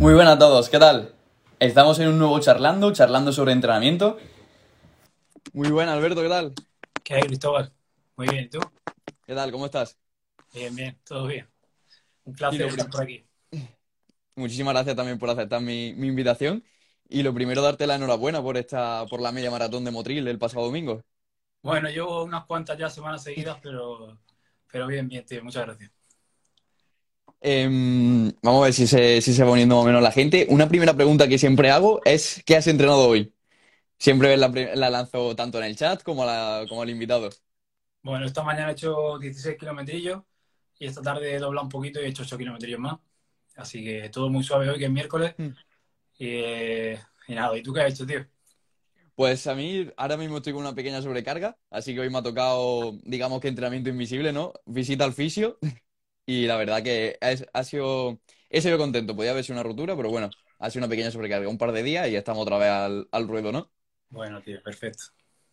Muy buenas a todos, ¿qué tal? Estamos en un nuevo charlando sobre entrenamiento. Muy buena, Alberto, ¿qué tal? ¿Qué hay, Cristóbal? Muy bien, ¿y tú? ¿Qué tal? ¿Cómo estás? Bien, bien, todo bien. Un Y placer estar por aquí. muchísimas gracias también por aceptar mi invitación. Y lo primero, darte la enhorabuena por la media maratón de Motril el pasado domingo. Bueno, llevo unas cuantas ya semanas seguidas, pero bien, bien, tío, muchas gracias. Vamos a ver si se va uniendo más o menos la gente. Una primera pregunta que siempre hago es: ¿qué has entrenado hoy? Siempre la lanzo tanto en el chat como al invitado. Bueno, esta mañana he hecho 16 kilometrillos y esta tarde he doblado un poquito y he hecho 8 kilometrillos más. Así que todo muy suave hoy, que es miércoles. Y nada, ¿y tú qué has hecho, tío? Pues a mí ahora mismo estoy con una pequeña sobrecarga, así que hoy me ha tocado, digamos que entrenamiento invisible, ¿no? Visita al fisio y la verdad que he sido contento. Podía haber sido una ruptura, pero bueno, ha sido una pequeña sobrecarga, un par de días y ya estamos otra vez al ruedo, ¿no? Bueno, tío, perfecto.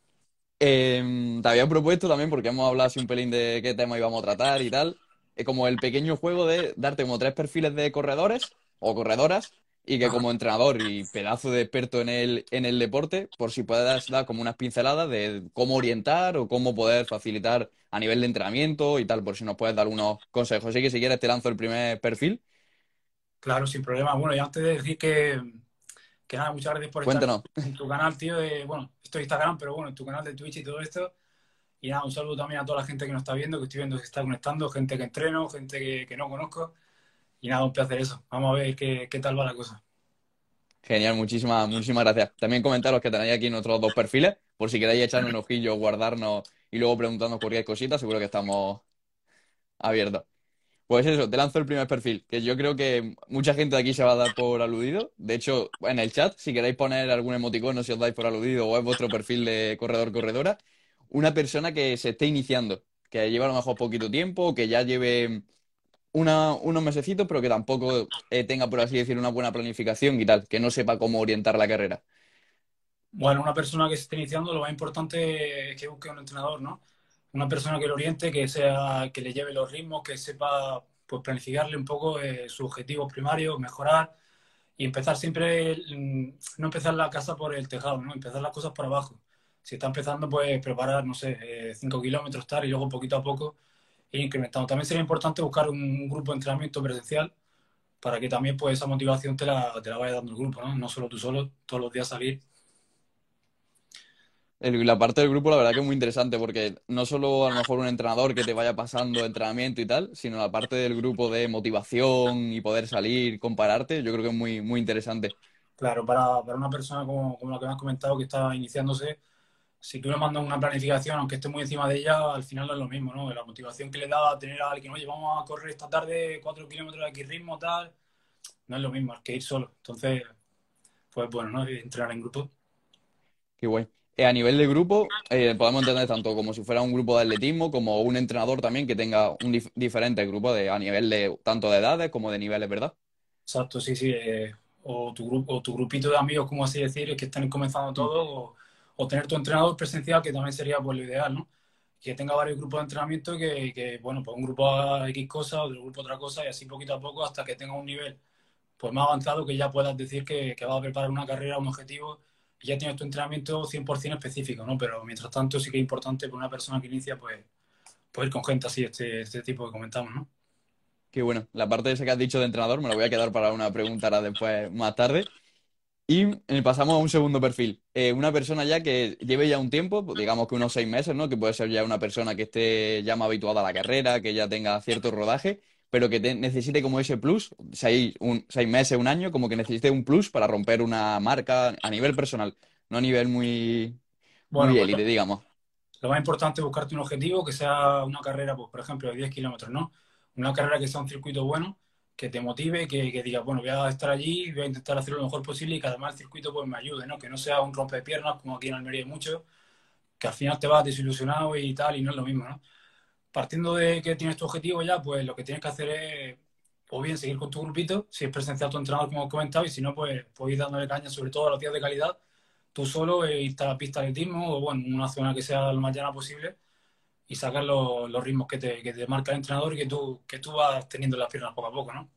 Te había propuesto también, porque hemos hablado así un pelín de qué tema íbamos a tratar y tal, como el pequeño juego de darte como tres perfiles de corredores o corredoras y que Ajá. como entrenador y pedazo de experto en el deporte, por si puedas dar como unas pinceladas de cómo orientar o cómo poder facilitar a nivel de entrenamiento y tal, por si nos puedes dar unos consejos. Así que si quieres te lanzo el primer perfil. Claro, sin problema. Bueno, y antes de decir que nada, muchas gracias por estar Cuéntanos. en tu canal, tío, bueno, esto es Instagram, pero bueno, en tu canal de Twitch y todo esto. Y nada, un saludo también a toda la gente que nos está viendo, que estoy viendo que se está conectando, gente que entreno, gente que no conozco. Y nada, un placer eso. Vamos a ver qué tal va la cosa. Genial, muchísimas gracias. También comentaros que tenéis aquí nuestros dos perfiles, por si queréis echarnos un ojillo, guardarnos y luego preguntarnos cualquier cosita, seguro que estamos abiertos. Pues eso, te lanzo el primer perfil, que yo creo que mucha gente de aquí se va a dar por aludido. De hecho, en el chat, si queréis poner algún emoticono si os dais por aludido o es vuestro perfil de corredor-corredora, una persona que se esté iniciando, que lleva a lo mejor poquito tiempo, que ya lleve unos mesecitos, pero que tampoco tenga, por así decir, una buena planificación y tal, que no sepa cómo orientar la carrera. Bueno, una persona que se esté iniciando, lo más importante es que busque un entrenador, ¿no? Una persona que lo oriente, que le lleve los ritmos, que sepa pues planificarle un poco sus objetivos primarios, mejorar y empezar siempre, no empezar la casa por el tejado, ¿no? Empezar las cosas por abajo. Si está empezando, pues preparar, no sé, 5 kilómetros, tal, y luego poquito a poco ir incrementando. También sería importante buscar un grupo de entrenamiento presencial para que también pues esa motivación te la vaya dando el grupo, ¿no? No solo tú solo, todos los días salir. La parte del grupo, la verdad que es muy interesante porque no solo a lo mejor un entrenador que te vaya pasando entrenamiento y tal, sino la parte del grupo de motivación y poder salir, compararte, yo creo que es muy, muy interesante. Claro, para una persona como la que me has comentado que está iniciándose, si tú le mandas una planificación, aunque esté muy encima de ella, al final no es lo mismo, ¿no? La motivación que le da a tener a alguien, oye, vamos a correr esta tarde 4 kilómetros de aquí ritmo, tal, no es lo mismo que ir solo. Entonces, pues bueno, ¿no? Entrenar en grupo. Qué guay. A nivel de grupo, podemos entender tanto como si fuera un grupo de atletismo, como un entrenador también que tenga un diferente grupo a nivel de tanto de edades como de niveles, ¿verdad? Exacto, sí, sí. O tu grupo, o tu grupito de amigos, como así decir, que están comenzando Mm. todo, o tener tu entrenador presencial, que también sería pues lo ideal, ¿no? Que tenga varios grupos de entrenamiento bueno, pues un grupo a X cosa, otro grupo a otra cosa, y así poquito a poco hasta que tenga un nivel pues más avanzado que ya puedas decir que vas a preparar una carrera, un objetivo, y ya tienes tu entrenamiento 100% específico, ¿no? Pero mientras tanto sí que es importante para una persona que inicia, pues ir con gente así, este tipo que comentamos, ¿no? Qué bueno. La parte esa que has dicho de entrenador me la voy a quedar para una pregunta ahora después, más tarde. Y pasamos a un segundo perfil. Una persona ya que lleve ya un tiempo, pues digamos que unos 6 meses, ¿no? Que puede ser ya una persona que esté ya más habituada a la carrera, que ya tenga cierto rodaje, pero que necesite como ese plus, 6 meses, un año, como que necesite un plus para romper una marca a nivel personal, no a nivel muy, Bueno, muy pues élite, digamos. lo más importante es buscarte un objetivo que sea una carrera, pues por ejemplo, de 10 kilómetros, ¿no? Una carrera que sea un circuito bueno, que te motive, que digas, bueno, voy a estar allí, voy a intentar hacer lo mejor posible y que además el circuito pues me ayude, ¿no? Que no sea un rompepiernas como aquí en Almería hay mucho, que al final te vas desilusionado y tal, y no es lo mismo, ¿no? Partiendo de que tienes tu objetivo ya, pues lo que tienes que hacer es, o bien seguir con tu grupito, si es presencial tu entrenador, como he comentado, y si no, pues ir dándole caña, sobre todo a los días de calidad, tú solo, irte a la pista de atletismo, o bueno, una zona que sea lo más llana posible, y sacar los ritmos que te marca el entrenador y que tú vas teniendo las piernas poco a poco, ¿no?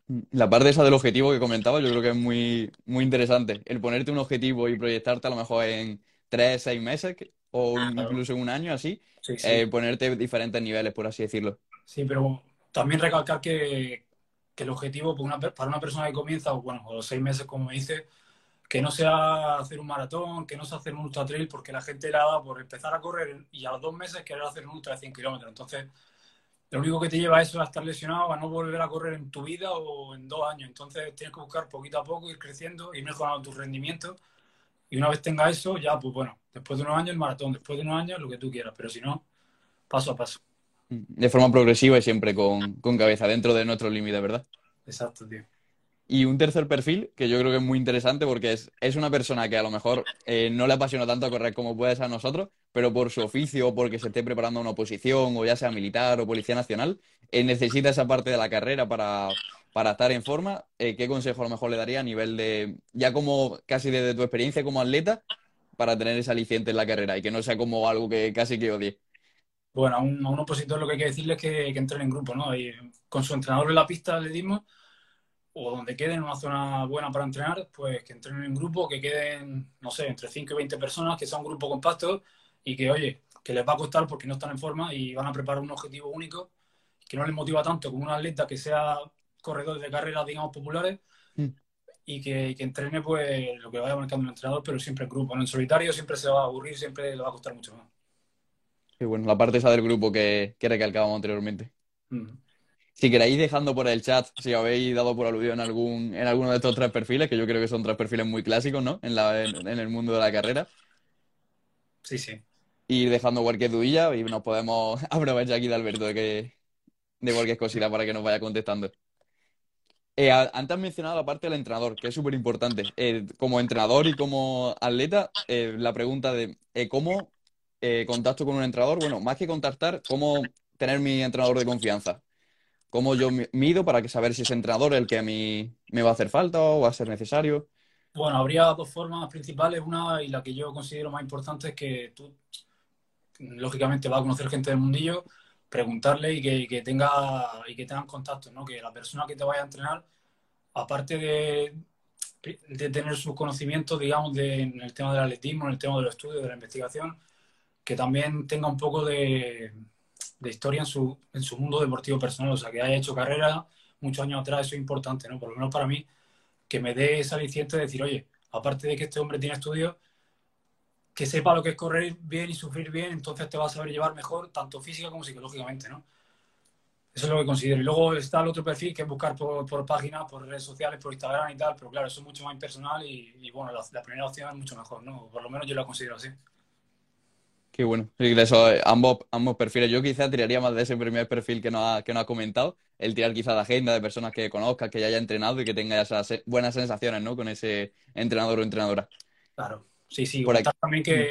La parte esa del objetivo que comentaba, yo creo que es muy, muy interesante. El ponerte un objetivo y proyectarte a lo mejor en 3, 6 meses o Claro, incluso en un año así, sí, sí. ponerte diferentes niveles, por así decirlo. Sí, pero también recalcar que el objetivo para una persona que comienza, o bueno, o los 6 meses, como me dice, que no sea hacer un maratón, que no sea hacer un ultra trail, porque la gente le da por empezar a correr y a los 2 meses querer hacer un ultra de 100 kilómetros. Entonces, lo único que te lleva a eso, a estar lesionado, a no volver a correr en tu vida o en 2 años. Entonces, tienes que buscar poquito a poco, ir creciendo, ir mejorando tu rendimiento. Y una vez tenga eso, ya, pues bueno, después de unos años el maratón, después de unos años lo que tú quieras, pero si no, paso a paso. De forma progresiva y siempre con cabeza dentro de nuestros límites, ¿verdad? Exacto, tío. Y un tercer perfil que yo creo que es muy interesante porque es una persona que a lo mejor no le apasiona tanto correr como puede ser a nosotros, pero por su oficio o porque se esté preparando a una oposición o ya sea militar o policía nacional, necesita esa parte de la carrera para estar en forma. ¿Qué consejo a lo mejor le daría a nivel de, ya como casi desde tu experiencia como atleta, para tener ese aliciente en la carrera y que no sea como algo que casi que odie? Bueno, a un opositor lo que hay que decirle es que entrene en grupo, ¿no? Y con su entrenador en la pista le dimos, o donde queden en una zona buena para entrenar, pues que entrenen en grupo, que queden, no sé, entre 5 y 20 personas, que sea un grupo compacto y que, oye, que les va a costar porque no están en forma y van a preparar un objetivo único que no les motiva tanto como un atleta que sea corredor de carreras, digamos, populares Mm. y que entrene pues lo que vaya marcando el entrenador, pero siempre en grupo, ¿no? En solitario siempre se va a aburrir, siempre le va a costar mucho más. Y bueno, la parte esa del grupo que recalcábamos anteriormente. Mm. Si queréis dejando por el chat si habéis dado por aludido en alguno de estos tres perfiles, que yo creo que son tres perfiles muy clásicos, ¿no? En el mundo de la carrera. Sí, sí. Ir dejando cualquier dudilla y nos podemos aprovechar aquí de Alberto de cualquier cosita para que nos vaya contestando. Antes has mencionado la parte del entrenador, que es súper importante. Como entrenador y como atleta, la pregunta de cómo contacto con un entrenador, bueno, más que contactar, cómo tener mi entrenador de confianza. Cómo yo mido para que saber si ese entrenador es el que a mí me va a hacer falta o va a ser necesario. Bueno, habría dos formas principales. Una, y la que yo considero más importante, es que tú, lógicamente, vas a conocer gente del mundillo, preguntarle y que tengan contactos, ¿no? Que la persona que te vaya a entrenar, aparte de tener sus conocimientos, digamos, en el tema del atletismo, en el tema de los estudios, de la investigación, que también tenga un poco de historia en su mundo deportivo personal, o sea, que haya hecho carrera muchos años atrás, eso es importante, ¿no? Por lo menos para mí, que me dé esa aliciente de decir, oye, aparte de que este hombre tiene estudios, que sepa lo que es correr bien y sufrir bien, entonces te vas a saber llevar mejor, tanto física como psicológicamente, ¿no? Eso es lo que considero. Y luego está el otro perfil, que es buscar por páginas, por redes sociales, por Instagram y tal, pero claro, eso es mucho más impersonal y bueno, la primera opción es mucho mejor, ¿no? Por lo menos yo la considero así. Qué bueno. Sí, de eso, ambos perfiles. Yo quizá tiraría más de ese primer perfil que nos ha comentado. El tirar quizá de agenda de personas que conozcas, que ya haya entrenado y que tenga esas buenas sensaciones, ¿no? Con ese entrenador o entrenadora. Claro. Sí, sí, Por aquí. comentar también Mm.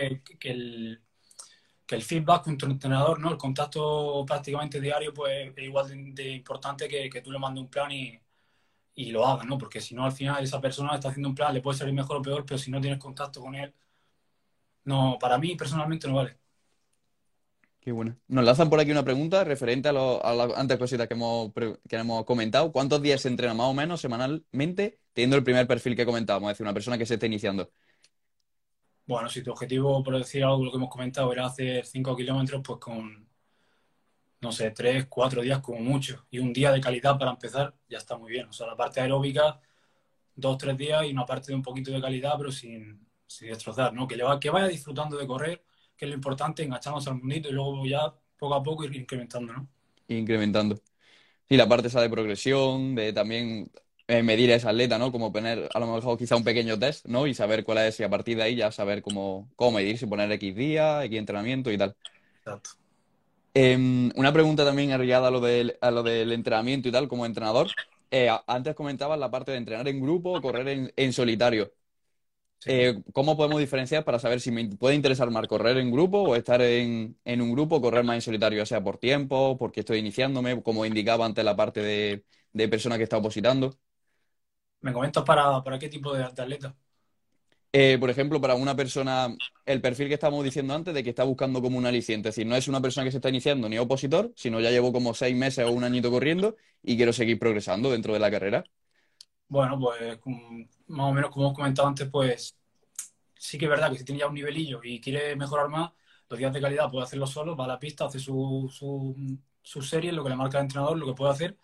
que el feedback con tu entrenador, ¿no? El contacto prácticamente diario, pues es igual de importante que tú le mandes un plan y lo hagas, ¿no? Porque si no, al final esa persona está haciendo un plan, le puede salir mejor o peor, pero si no tienes contacto con él, no, para mí personalmente no vale. Qué bueno. Nos lanzan por aquí una pregunta referente a las antes cositas que hemos comentado. ¿Cuántos días se entrena más o menos semanalmente teniendo el primer perfil que comentábamos? Es decir, una persona que se esté iniciando. Bueno, si tu objetivo, por decir algo, lo que hemos comentado, era hacer 5 kilómetros, pues con, no sé, 3, 4 días como mucho, y un día de calidad para empezar, ya está muy bien. O sea, la parte aeróbica, 2, 3 días y una parte de un poquito de calidad, pero sin destrozar, ¿no? Que vaya disfrutando de correr, que es lo importante, enganchándose al mundito y luego ya poco a poco ir incrementando, ¿no? Incrementando. Y la parte esa de progresión, de también medir a ese atleta, ¿no? Como poner a lo mejor quizá un pequeño test, ¿no? Y saber cuál es, y a partir de ahí ya saber cómo medir, si poner X día, X entrenamiento y tal. Exacto. Una pregunta también agregada a lo del entrenamiento y tal, como entrenador. Antes comentabas la parte de entrenar en grupo o correr en solitario. Sí. ¿Cómo podemos diferenciar para saber si me puede interesar más correr en grupo o estar en un grupo o correr más en solitario, ya sea por tiempo, porque estoy iniciándome, como indicaba antes la parte de persona que está opositando? ¿Me comentas para qué tipo de atleta? Por ejemplo, para una persona, el perfil que estábamos diciendo antes de que está buscando como un aliciente, es decir, no es una persona que se está iniciando ni opositor, sino ya llevo como 6 meses o un añito corriendo y quiero seguir progresando dentro de la carrera. Bueno, pues más o menos como os comentado antes, pues sí que es verdad que si tiene ya un nivelillo y quiere mejorar más, los días de calidad puede hacerlo solo, va a la pista, hace su serie, lo que le marca el entrenador, lo que puede hacer,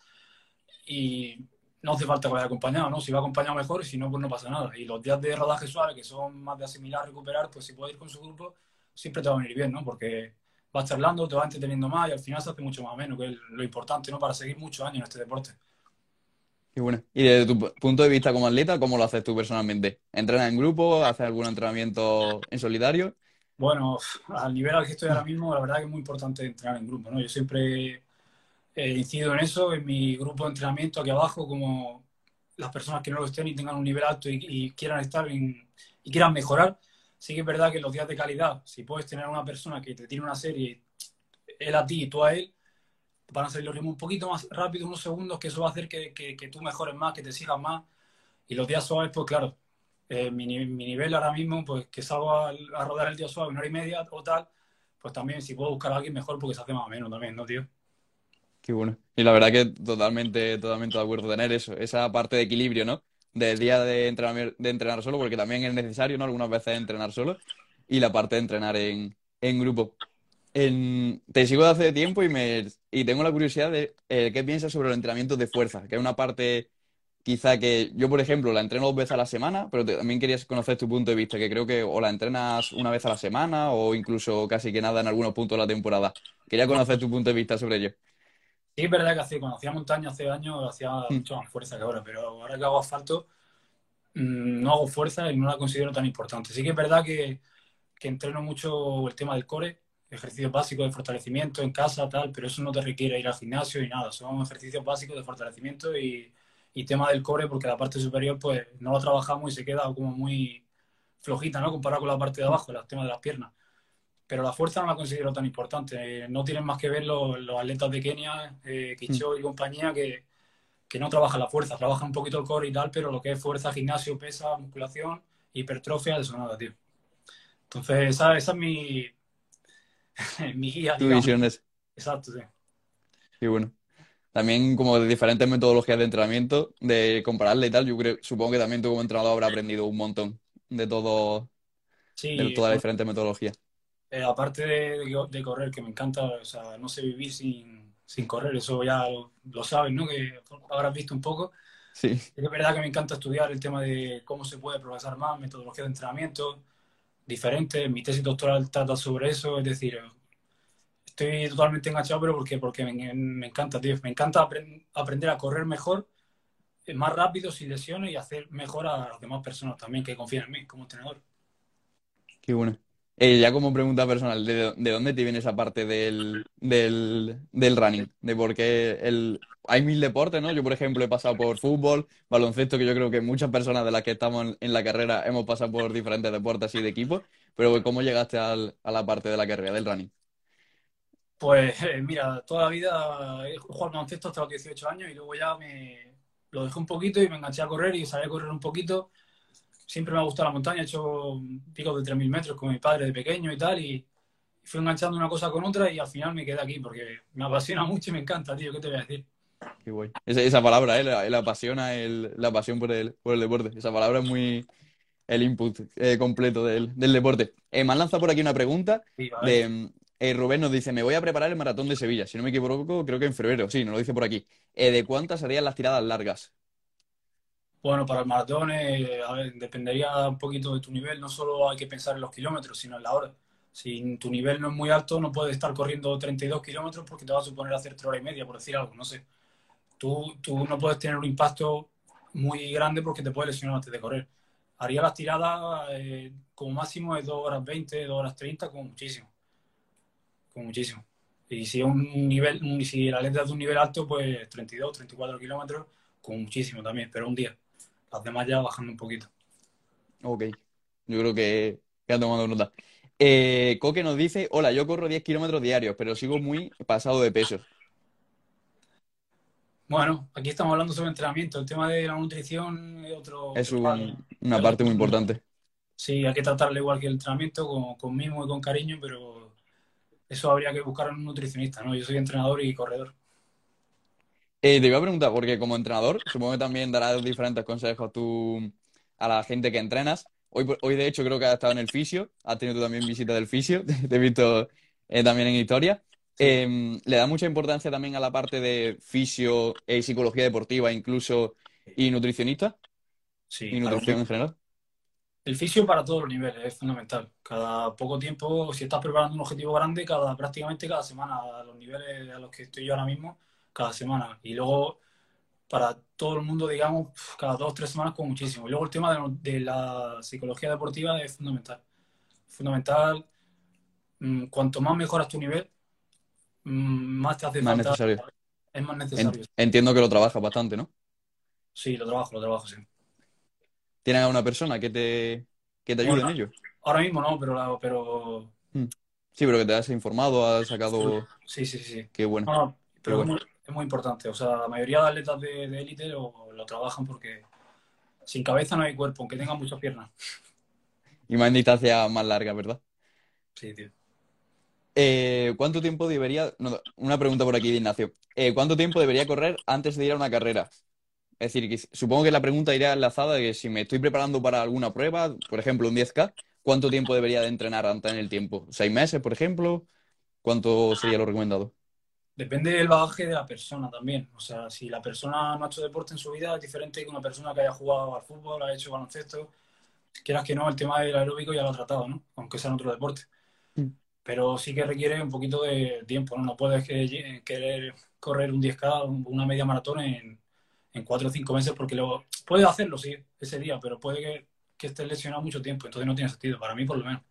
y no hace falta que vaya acompañado, ¿no? Si va acompañado mejor, y si no, pues no pasa nada. Y los días de rodaje suave, que son más de asimilar, recuperar, pues si puedes ir con su grupo, siempre te va a venir bien, ¿no? Porque vas charlando, te vas entreteniendo más y al final se hace mucho más ameno, que es lo importante, ¿no? Para seguir muchos años en este deporte. Y bueno, y desde tu punto de vista como atleta, ¿cómo lo haces tú personalmente? ¿Entrenas en grupo? ¿Haces algún entrenamiento en solitario? Bueno, al nivel al que estoy ahora mismo, la verdad que es muy importante entrenar en grupo, ¿no? Yo siempre incido en eso, en mi grupo de entrenamiento aquí abajo, como las personas que no lo estén y tengan un nivel alto y quieran estar y quieran mejorar. Sí que es verdad que los días de calidad, si puedes tener una persona que te tire una serie, él a ti y tú a él, van a salir los ritmos un poquito más rápido, unos segundos, que eso va a hacer que tú mejores más, que te sigas más. Y los días suaves, pues claro, mi nivel ahora mismo, pues que salgo a rodar el día suave 1 hora y media o tal, pues también si puedo buscar a alguien mejor porque se hace más o menos también, ¿no, tío? Qué bueno. Y la verdad que totalmente, totalmente de acuerdo tener eso, esa parte de equilibrio, ¿no? De día de entrenar solo, porque también es necesario, ¿no? Algunas veces entrenar solo, y la parte de entrenar en grupo. Te sigo de hace tiempo y tengo la curiosidad de qué piensas sobre los entrenamientos de fuerza, que es una parte quizá que yo, por ejemplo, la entreno 2 veces a la semana, pero también quería conocer tu punto de vista, que creo que o la entrenas una vez a la semana o incluso casi que nada en algunos puntos de la temporada. Quería conocer tu punto de vista sobre ello. Sí, es verdad que cuando hacía montaña hace años hacía Mm, mucho más fuerza que ahora, pero ahora que hago asfalto no hago fuerza y no la considero tan importante. Sí que es verdad que entreno mucho el tema del core, ejercicios básicos de fortalecimiento en casa, tal, pero eso no te requiere ir al gimnasio ni nada, son ejercicios básicos de fortalecimiento y tema del core porque la parte superior pues no la trabajamos y se queda como muy flojita, ¿no? Comparado con la parte de mm, abajo, el tema de las piernas. Pero la fuerza no la considero tan importante. No tienen más que ver los atletas de Kenia, mm. Kicho y compañía, que no trabajan la fuerza, trabajan un poquito el core y tal, pero lo que es fuerza, gimnasio, pesa, musculación, hipertrofia, eso nada, tío. Entonces, esa es mi guía, Tu digamos. visión es, Exacto, sí. y bueno, también como de diferentes metodologías de entrenamiento, de compararle y tal, yo creo, supongo que también tú como entrenador habrás aprendido un montón de todo, de Sí, todas las diferentes metodologías. aparte de correr, que me encanta, o sea, no sé vivir sin correr, eso ya lo sabes, ¿no? Que habrás visto un poco. Sí. Es verdad que me encanta estudiar el tema de cómo se puede progresar más, metodología de entrenamiento diferentes. Mi tesis doctoral trata sobre eso, es decir, estoy totalmente enganchado, pero porque me encanta, tío. Me encanta aprender a correr mejor, más rápido, sin lesiones y hacer mejor a las demás personas también que confían en mí como entrenador. Qué bueno. Ya como pregunta personal, ¿de dónde te viene esa parte del running? De por qué hay mil deportes, ¿no? Yo, por ejemplo, he pasado por fútbol, baloncesto, que yo creo que muchas personas de las que estamos en la carrera hemos pasado por diferentes deportes así de equipo, pero ¿cómo llegaste a la parte de la carrera del running? Pues mira, toda la vida he jugado al baloncesto hasta los 18 años y luego ya me lo dejé un poquito y me enganché a correr y salí a correr un poquito. Siempre me ha gustado la montaña, he hecho picos de 3.000 metros con mi padre de pequeño y tal, y fui enganchando una cosa con otra y al final me quedé aquí porque me apasiona mucho y me encanta, tío, ¿qué te voy a decir? Qué guay. Esa palabra, la apasiona la pasión por el deporte. Esa palabra es muy el input completo del deporte. Me han lanzado por aquí una pregunta Sí, a ver. de Rubén nos dice, me voy a preparar el maratón de Sevilla. Si no me equivoco, creo que en febrero. Sí, nos lo dice por aquí. ¿De cuántas serían las tiradas largas? Bueno, para el maratón, a ver, dependería un poquito de tu nivel. No solo hay que pensar en los kilómetros, sino en la hora. Si tu nivel no es muy alto, no puedes estar corriendo 32 kilómetros porque te va a suponer hacer 3 horas y media, por decir algo, no sé. Tú no puedes tener un impacto muy grande porque te puedes lesionar antes de correr. Haría las tiradas como máximo de 2 horas 20, 2 horas 30, como muchísimo, como muchísimo. Y si es si el atleta es de un nivel alto, pues 32, 34 kilómetros, como muchísimo también, pero un día. Las demás ya bajando un poquito. Ok, yo creo que ha tomado nota. Coque nos dice, hola, yo corro 10 kilómetros diarios, pero sigo muy pasado de peso. Bueno, aquí estamos hablando sobre entrenamiento. El tema de la nutrición es otro, Es otro palo, una es otro parte muy mundo. importante. Sí, hay que tratarle igual que el entrenamiento, con mimo y con cariño, pero eso habría que buscar a un nutricionista, ¿no? Yo soy entrenador y corredor. Te iba a preguntar, porque como entrenador, supongo que también darás diferentes consejos tú a la gente que entrenas. Hoy de hecho, creo que has estado en el fisio, has tenido tú también visita del fisio, te he visto también en historia. Sí, ¿Le da mucha importancia también a la parte de fisio, psicología deportiva incluso, y nutricionista? sí, Y nutrición en general. el fisio para todos los niveles es fundamental. Cada poco tiempo, si estás preparando un objetivo grande, prácticamente cada semana, a los niveles a los que estoy yo ahora mismo, cada semana. Y luego, para todo el mundo, digamos, cada 2 o 3 semanas con muchísimo. Y luego el tema de la psicología deportiva es fundamental. Fundamental, cuanto más mejoras tu nivel, más te hace Más falta, necesario. es más necesario. Entiendo que lo trabajas bastante, ¿no? Sí, lo trabajo, sí. ¿Tienes a una persona que te ayude Bueno, en ello? ahora mismo no, pero Mm. Sí, pero que te has informado, has sacado... sí, sí, sí. Qué bueno, No, no, qué pero bueno. es muy importante. O sea, la mayoría de atletas de élite lo trabajan porque sin cabeza no hay cuerpo, aunque tengan muchas piernas. Y más en distancias más largas, ¿verdad? Sí, tío. ¿Cuánto tiempo debería... no, una pregunta por aquí de Ignacio. ¿Cuánto tiempo debería correr antes de ir a una carrera? Es decir, que supongo que la pregunta iría enlazada de que si me estoy preparando para alguna prueba, por ejemplo, un 10K, ¿cuánto tiempo debería de entrenar antes en el tiempo? ¿6 meses, por ejemplo? ¿Cuánto sería lo recomendado? Depende del bagaje de la persona también. O sea, si la persona no ha hecho deporte en su vida, es diferente que una persona que haya jugado al fútbol, ha hecho baloncesto. Quieras que no, el tema del aeróbico ya lo ha tratado, ¿no? Aunque sea en otro deporte. Mm. Pero sí que requiere un poquito de tiempo, ¿no? No puedes querer correr un 10K, una media maratón en 4 o 5 meses, porque luego puedes hacerlo, sí, ese día, pero puede que estés lesionado mucho tiempo, entonces no tiene sentido, para mí por lo menos.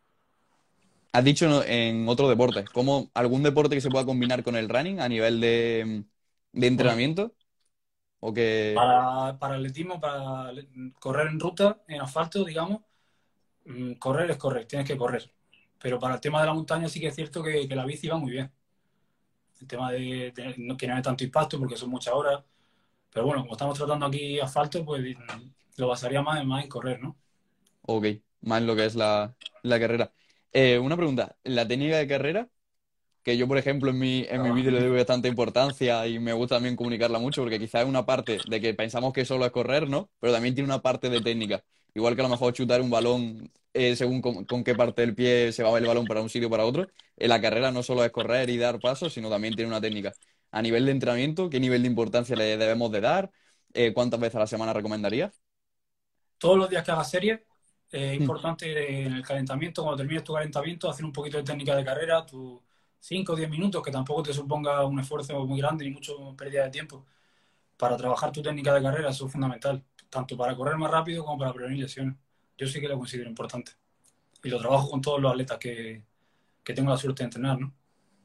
Has dicho en otro deporte, ¿como algún deporte que se pueda combinar con el running a nivel de Bueno, entrenamiento? ¿O que para atletismo, para correr en ruta, en asfalto, digamos, correr es correr, tienes que correr. Pero para el tema de la montaña sí que es cierto que la bici va muy bien. El tema que no hay tanto impacto porque son muchas horas. Pero bueno, como estamos tratando aquí asfalto, pues lo basaría más en correr, ¿no? ok, más en lo que es la carrera? Una pregunta, la técnica de carrera, que yo, por ejemplo, en mi vídeo le doy bastante importancia y me gusta también comunicarla mucho, porque quizás es una parte de que pensamos que solo es correr, ¿no? Pero también tiene una parte de técnica. Igual que a lo mejor chutar un balón según con qué parte del pie se va el balón para un sitio o para otro. En la carrera no solo es correr y dar pasos, sino también tiene una técnica. A nivel de entrenamiento, ¿qué nivel de importancia le debemos de dar? ¿Cuántas veces a la semana recomendaría? Todos los días que hagas serie, es Mm. importante en el calentamiento, cuando termines tu calentamiento, hacer un poquito de técnica de carrera, tus 5 o 10 minutos, que tampoco te suponga un esfuerzo muy grande ni mucho pérdida de tiempo. Para trabajar tu técnica de carrera, eso es fundamental, tanto para correr más rápido como para prevenir lesiones. Yo sí que lo considero importante. Y lo trabajo con todos los atletas que tengo la suerte de entrenar, ¿no?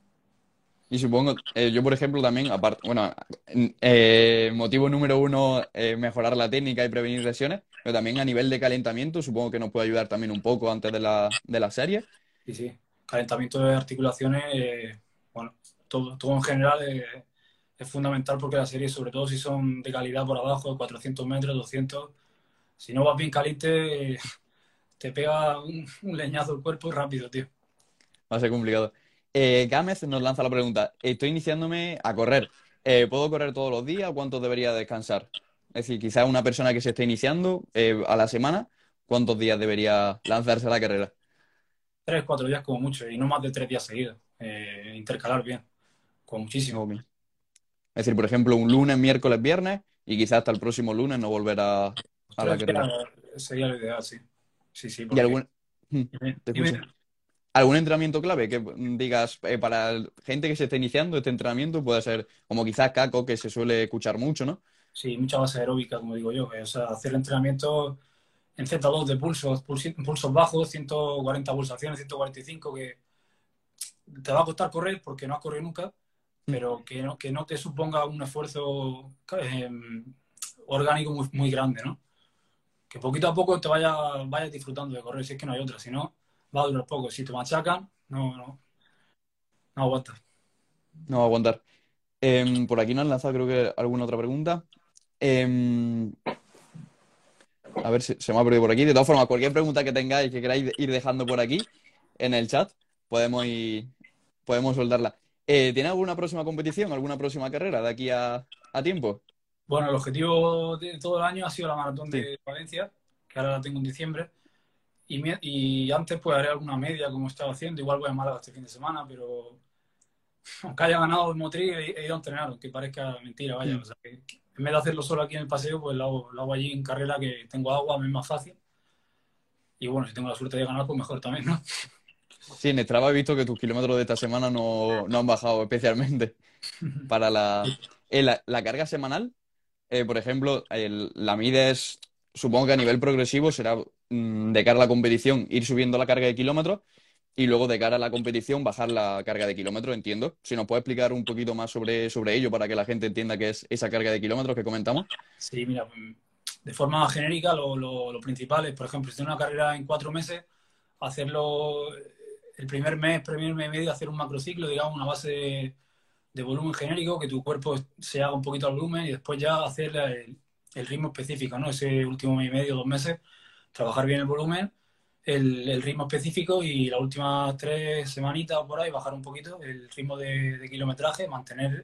Y supongo, yo por ejemplo también, aparte, bueno, motivo número uno, mejorar la técnica y prevenir lesiones, pero también a nivel de calentamiento, supongo que nos puede ayudar también un poco antes de la serie. Sí, sí. Calentamiento de articulaciones, bueno, todo en general es fundamental porque las series, sobre todo si son de calidad por abajo, de 400 metros, 200, si no vas bien caliente, te pega un leñazo el cuerpo rápido, tío. Va a ser complicado. Gámez nos lanza la pregunta, estoy iniciándome a correr. ¿Puedo correr todos los días o cuántos debería descansar? Es decir, quizás una persona que se esté iniciando a la semana, ¿cuántos días debería lanzarse a la carrera? 3, 4 días como mucho y no más de 3 días seguidos. Intercalar bien, con muchísimo. Ok. Es decir, por ejemplo, un lunes, miércoles, viernes y quizás hasta el próximo lunes no volver Los a la 3 días carrera. sería lo ideal, sí. Sí, sí, ¿Y porque... algún... Hmm, Dime, te dime. escucho. ¿Algún entrenamiento clave que digas para gente que se está iniciando este entrenamiento? Puede ser como quizás Caco, que se suele escuchar mucho, ¿no? Sí, mucha base aeróbica, como digo yo. O sea, hacer entrenamiento en Z2 de pulsos, pulsos bajos, 140 pulsaciones, 145, que te va a costar correr porque no has corrido nunca, Hmm. pero que no te suponga un esfuerzo orgánico muy, muy grande, ¿no? Que poquito a poco te vayas disfrutando de correr, si es que no hay otra, si no, va a durar poco. Si te machacan, no aguantas. No va a aguantar. Por aquí nos han lanzado creo que alguna otra pregunta. Em, A ver si se me ha perdido por aquí. De todas formas, cualquier pregunta que tengáis que queráis ir dejando por aquí en el chat, podemos ir, podemos soltarla. ¿Tiene alguna próxima competición, alguna próxima carrera de aquí a tiempo? Bueno, el objetivo de todo el año ha sido la maratón Sí. de Valencia, que ahora la tengo en diciembre. Y antes pues haré alguna media como estaba haciendo. Igual voy a Málaga este fin de semana, pero aunque haya ganado el Motril, he ido a entrenar, aunque parezca mentira, vaya. Mm. O sea, que en vez de hacerlo solo aquí en el paseo, pues lo hago allí en carrera, que tengo agua, me es más fácil. Y bueno, si tengo la suerte de ganar, pues mejor también, ¿no? Sí, en Strava he visto que tus kilómetros de esta semana no han bajado especialmente para la carga semanal. Por ejemplo, la mides, supongo que a nivel progresivo será de cara a la competición ir subiendo la carga de kilómetros y luego de cara a la competición bajar la carga de kilómetros, entiendo. Si nos puede explicar un poquito más sobre ello para que la gente entienda qué es esa carga de kilómetros que comentamos. Sí, mira, de forma genérica, lo principal es, por ejemplo, si tienes una carrera en 4 meses, hacerlo el primer mes y medio, hacer un macrociclo, digamos, una base de volumen genérico, que tu cuerpo se haga un poquito al volumen y después ya hacer el ritmo específico, ¿no? Ese último mes y medio, 2 meses, trabajar bien el volumen, el ritmo específico y las últimas 3 semanitas o por ahí bajar un poquito el ritmo de kilometraje, mantener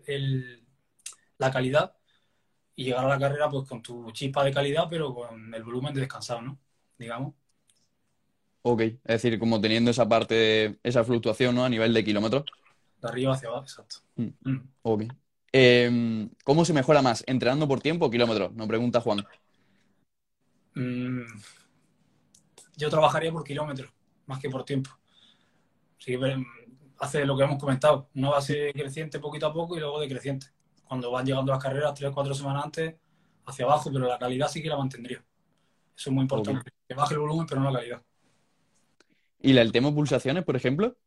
la calidad y llegar a la carrera pues con tu chispa de calidad, pero con el volumen de descansado, ¿no? Digamos, Ok, es decir, como teniendo esa parte, esa fluctuación, ¿no? A nivel de kilómetros. de arriba hacia abajo, exacto. Mm, Mm. ok. ¿Cómo se mejora más? ¿Entrenando por tiempo o kilómetros? Nos pregunta Juan. Mm, yo trabajaría por kilómetros, más que por tiempo. Así que hace lo que hemos comentado, una base creciente poquito a poco y luego decreciente. Cuando van llegando las carreras, 3 o 4 semanas antes, hacia abajo, pero la calidad sí que la mantendría. Eso es muy Ok. importante. Que baje el volumen, pero no la calidad. ¿Y el tema de pulsaciones, por ejemplo?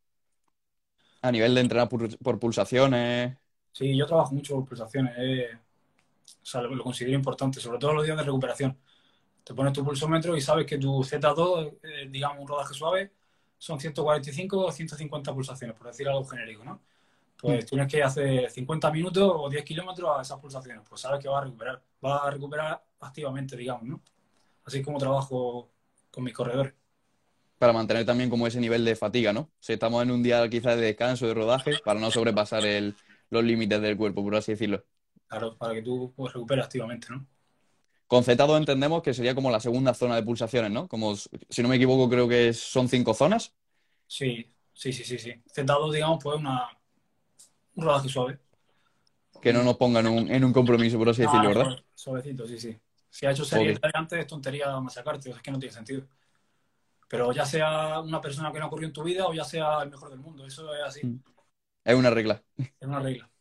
A nivel de entrenar por pulsaciones. Sí, yo trabajo mucho por pulsaciones. O sea, lo considero importante, sobre todo los días de recuperación. Te pones tu pulsómetro y sabes que tu Z2, digamos un rodaje suave, son 145 o 150 pulsaciones, por decir algo genérico, ¿no? Mm. Pues tienes que hacer 50 minutos o 10 kilómetros a esas pulsaciones, pues sabes que vas a recuperar activamente, digamos, ¿no? Así es como trabajo con mis corredores. Para mantener también como ese nivel de fatiga, ¿no? Si estamos en un día quizás de descanso, de rodaje, para no sobrepasar los límites del cuerpo, por así decirlo. Claro, para que tú pues, recuperes activamente, ¿no? Con Z2 entendemos que sería como la segunda zona de pulsaciones, ¿no? Como, si no me equivoco, creo que son 5 zonas, Sí, sí, sí, sí, sí. Z2, digamos, pues un rodaje suave. que no nos pongan en un compromiso, por así decirlo, Nada, ¿verdad? suavecito, sí, sí. Si ha hecho series Ok. de antes, es tontería machacarte, es que no tiene sentido. Pero ya sea una persona que no ocurrió en tu vida o ya sea el mejor del mundo, eso es así, Mm. Es una regla. es una regla.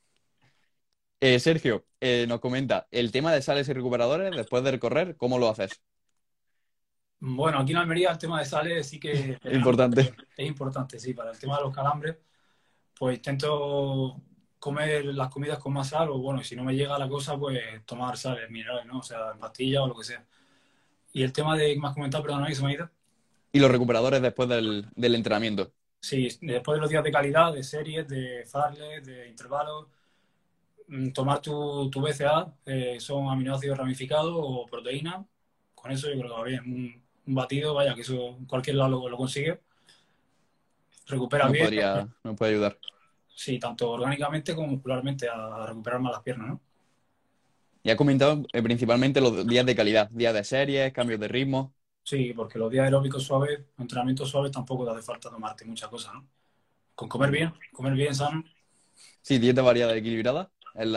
Sergio, nos comenta, el tema de sales y recuperadores después de correr, ¿cómo lo haces? Bueno, aquí en Almería el tema de sales sí que Importante. es importante, sí, para el tema de los calambres, pues intento comer las comidas con más sal o bueno, y si no me llega la cosa, pues tomar sales, minerales, ¿no? O sea, en pastillas o lo que sea. Y el tema de que me has comentado, perdón, que se me ha ido. Y los recuperadores después del entrenamiento. Sí, después de los días de calidad, de series, de farles, de intervalos, tomar tu BCA, son aminoácidos ramificados o proteínas. Con eso yo creo que va bien. Un batido, vaya, que eso en cualquier lado lo consigue. Recuperas bien, Nos puede ayudar. sí, tanto orgánicamente como muscularmente a recuperar más las piernas, ¿no? Y ha comentado principalmente los días de calidad, días de series, cambios de ritmo. Sí, porque los días aeróbicos suaves, entrenamientos suaves, tampoco te hace falta tomarte muchas cosas, ¿no? Con Ok. comer bien sano. Sí, dieta variada y equilibrada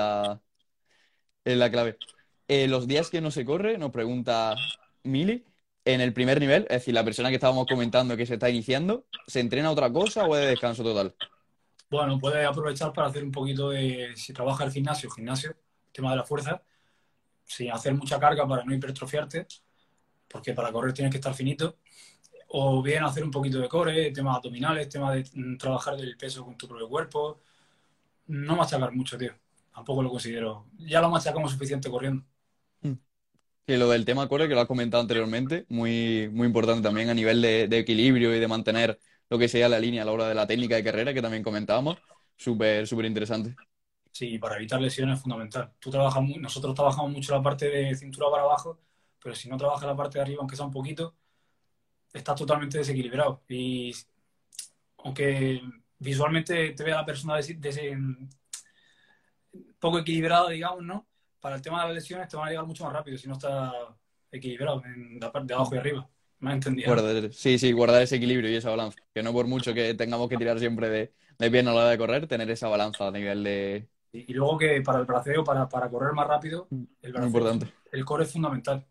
es la clave. Los días que no se corre, nos pregunta Mili, en el primer nivel, es decir, la persona que estábamos comentando que se está iniciando, ¿se entrena otra cosa o es de descanso total? Bueno, puedes aprovechar para hacer un poquito si trabaja el gimnasio, tema de la fuerza, sin hacer mucha carga para no hipertrofiarte, porque para correr tienes que estar finito. O bien hacer un poquito de core, temas abdominales, tema de trabajar el peso con tu propio cuerpo. No machacar mucho, tío. Tampoco lo considero. Ya lo machacamos suficiente corriendo. Mm. Que lo del tema core, que lo has comentado anteriormente, muy importante también a nivel de equilibrio y de mantener lo que sea la línea a la hora de la técnica de carrera, que también comentábamos. Súper interesante. Sí, para evitar lesiones es fundamental. Nosotros trabajamos mucho la parte de cintura para abajo pero si no trabajas la parte de arriba, aunque sea un poquito, estás totalmente desequilibrado. Y aunque visualmente te vea la persona poco equilibrada, digamos, ¿no? Para el tema de las lesiones te van a llegar mucho más rápido si no estás equilibrado en la parte de abajo y arriba. ¿Me has entendido, no? Sí, sí, guardar ese equilibrio y esa balanza. Que no por mucho que tengamos que tirar siempre de pierna a la hora de correr, tener esa balanza a nivel de... Y luego que para el braceo, para correr más rápido, el Muy braceo, importante. el core es fundamental.